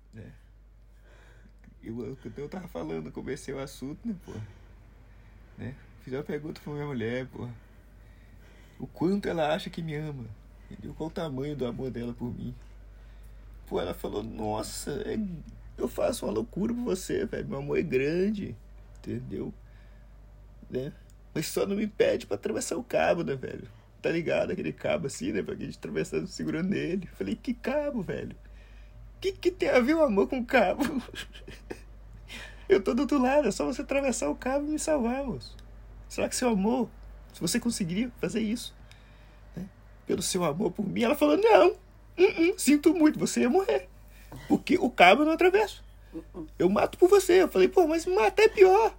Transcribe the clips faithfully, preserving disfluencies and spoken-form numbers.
né? Eu, eu, eu tava falando, comecei o assunto, né, pô? Né? Fiz uma pergunta pra minha mulher, pô. O quanto ela acha que me ama. Entendeu? Qual o tamanho do amor dela por mim. Pô, ela falou, nossa, é, eu faço uma loucura por você, velho. Meu amor é grande. Entendeu? Né? Mas só não me pede pra atravessar o cabo, né, velho? Tá ligado? Aquele cabo assim, né? Pra gente atravessando, segurando nele. Falei, que cabo, velho? O que, que tem a ver o amor com o cabo? Eu tô do outro lado, é só você atravessar o cabo e me salvar, moço. Será que seu amor, se você conseguiria fazer isso, né, pelo seu amor por mim? Ela falou, não, uh -uh, sinto muito, você ia morrer. Porque o cabo eu não atravesso. Eu mato por você. Eu falei, pô, mas matar é pior.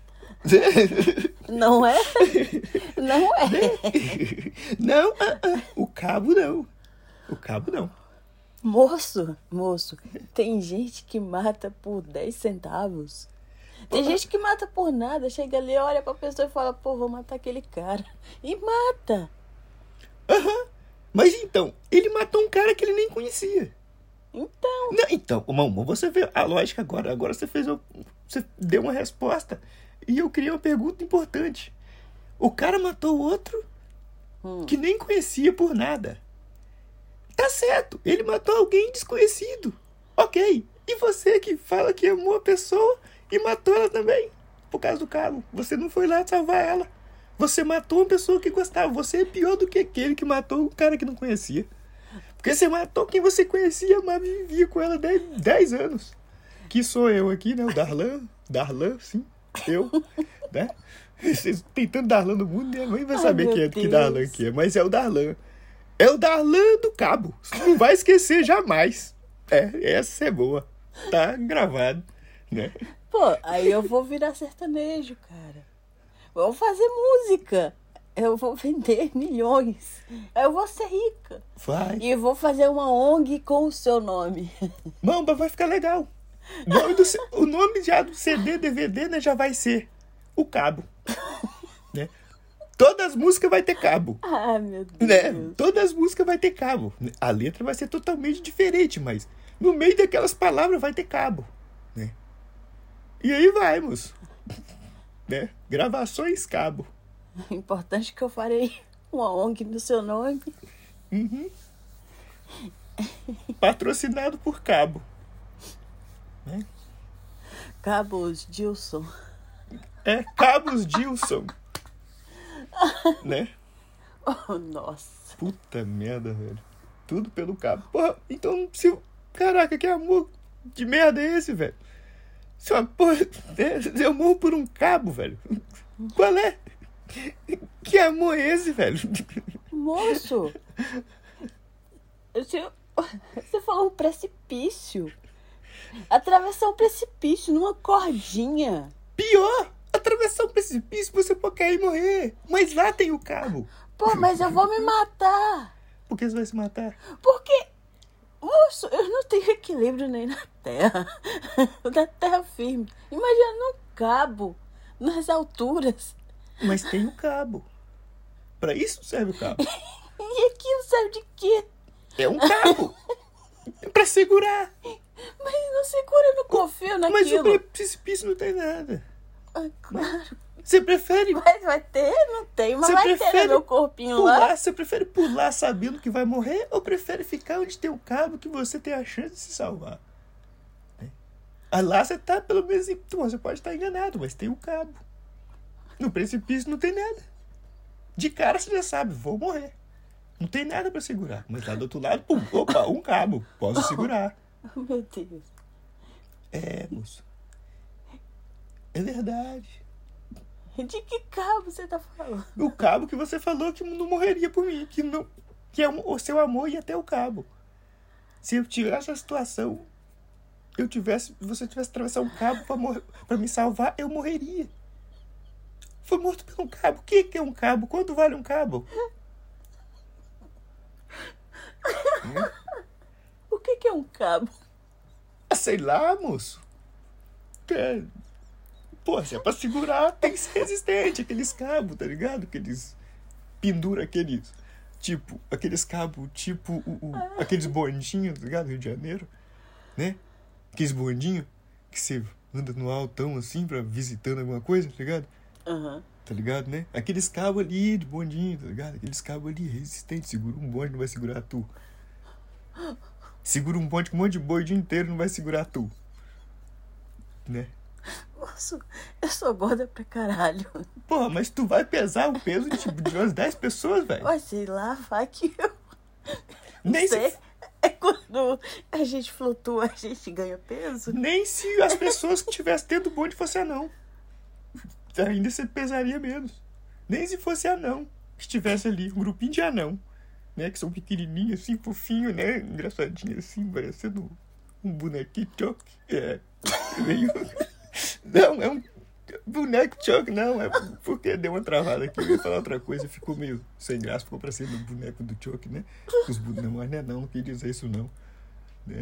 Não é? Não é. Não, uh -uh, o cabo não. O cabo não. Moço, moço, tem gente que mata por dez centavos. Tem Pô, gente que mata por nada. Chega ali, olha pra pessoa e fala, pô, vou matar aquele cara. E mata. Aham. Uhum. Mas então, ele matou um cara que ele nem conhecia. Então. Não, então, Mamãe, você vê a lógica agora. Agora você fez uma, você deu uma resposta. E eu criei uma pergunta importante. O cara matou o outro hum. que nem conhecia por nada. Tá certo, ele matou alguém desconhecido. Ok. E você que fala que amou a pessoa e matou ela também, por causa do cabo. Você não foi lá salvar ela. Você matou uma pessoa que gostava. Você é pior do que aquele que matou um cara que não conhecia. Porque você matou quem você conhecia, mas vivia com ela dez anos. Que sou eu aqui, né? O Darlan. Darlan, sim. Eu. Né? Vocês tem tanto Darlan no mundo, né? Nem vai saber quem é que Darlan que é. Mas é o Darlan. É o Darlan do Cabo. Você não vai esquecer jamais. É, essa é boa. Tá gravado, né? Pô, aí eu vou virar sertanejo, cara. Vou fazer música. Eu vou vender milhões. Eu vou ser rica. Vai. E vou fazer uma O N G com o seu nome. Mamba, vai ficar legal. O nome, do, o nome já do C D, D V D, né, já vai ser O Cabo. Né? Todas as músicas vai ter cabo. Ah, meu Deus. Né? Todas as músicas vai ter cabo. A letra vai ser totalmente diferente, mas no meio daquelas palavras vai ter cabo. Né? E aí vai, moço. Né? Gravações cabo. Importante que eu farei uma O N G no seu nome. Uhum. Patrocinado por cabo. Né? Cabos Gilson. É, Cabos Gilson. Né? Oh, nossa. Puta merda, velho. Tudo pelo cabo. Porra, então, se... Caraca, que amor de merda é esse, velho? Se uma porra... Eu morro por um cabo, velho. Qual é? Que amor é esse, velho? Moço! Você, você falou um precipício. Atravessar um precipício numa cordinha. Pior! Atravessar um precipício você pode cair e morrer. Mas lá tem o cabo. Pô, mas eu vou me matar. Por que você vai se matar? Porque, moço, eu não tenho equilíbrio nem na terra. Na terra firme. Imagina num cabo, nas alturas. Mas tem o cabo. Pra isso serve o cabo. E aquilo serve de quê? É um cabo. Pra segurar. Mas não segura, eu não confio naquilo. Mas o precipício não tem nada. Ah, claro. Você prefere... Mas vai ter? Não tem, mas você vai ter no meu corpinho pular, lá. Você prefere pular sabendo que vai morrer ou prefere ficar onde tem o cabo que você tem a chance de se salvar? É. Lá você tá pelo menos... Você pode estar enganado, mas tem o cabo. No precipício não tem nada. De cara você já sabe, vou morrer. Não tem nada pra segurar. Mas lá do outro lado, pum, opa, um cabo. Posso segurar. Oh, meu Deus. É, moço. É verdade. De que cabo você tá falando? O cabo que você falou que não morreria por mim. Que, não, que é o seu amor ia até o cabo. Se eu tivesse a situação, eu tivesse, você tivesse atravessado um cabo pra, morrer, pra me salvar, eu morreria. Foi morto por um cabo. O que, que é um cabo? Quanto vale um cabo? O que, que é um cabo? Ah, sei lá, moço. É... Pô, se é pra segurar, tem que ser resistente. Aqueles cabos, tá ligado? Aqueles... Pendura aqueles... Tipo, aqueles cabos, tipo... O, o, aqueles bondinhos, tá ligado? Rio de Janeiro. Né? Aqueles bondinhos que você anda no altão assim pra visitando alguma coisa, tá ligado? Aham. Tá ligado, né? Aqueles cabos ali de bondinho, tá ligado? Aqueles cabos ali resistentes. Segura um bonde, não vai segurar tu. Segura um bonde com um monte de boi o dia inteiro, não vai segurar tu. Né? Nossa, eu sou gorda pra caralho. Porra, mas tu vai pesar o peso de, tipo, de umas dez pessoas, velho. Vai, sei lá, vai que eu... Nem sei. se, É quando a gente flutua, a gente ganha peso. nem se as pessoas que tivessem dentro do bonde fossem anão. Ainda você pesaria menos. Nem se fosse anão que estivesse ali, um grupinho de anão, né? Que são pequenininhos, assim, fofinhos, né? Engraçadinhos, assim, parecendo um bonequinho choque. É. Meio... Não, é um boneco choque, não. É porque deu uma travada aqui. Eu ia falar outra coisa, ficou meio sem graça, ficou parecendo o boneco do choque, né? Os bonecos, mas não é não, não queria dizer isso não. Né?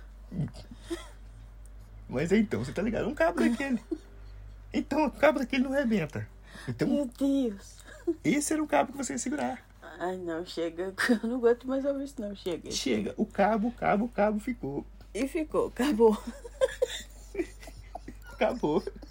Mas é então, você tá ligado? Um cabo daquele. Então, o cabo daquele não arrebenta. Então, Meu Deus. esse era o cabo que você ia segurar. Ai, não, chega. Eu não aguento mais ouvir isso, não. Chega. Chega, o cabo, o cabo, o cabo ficou. E ficou, acabou. Acabou.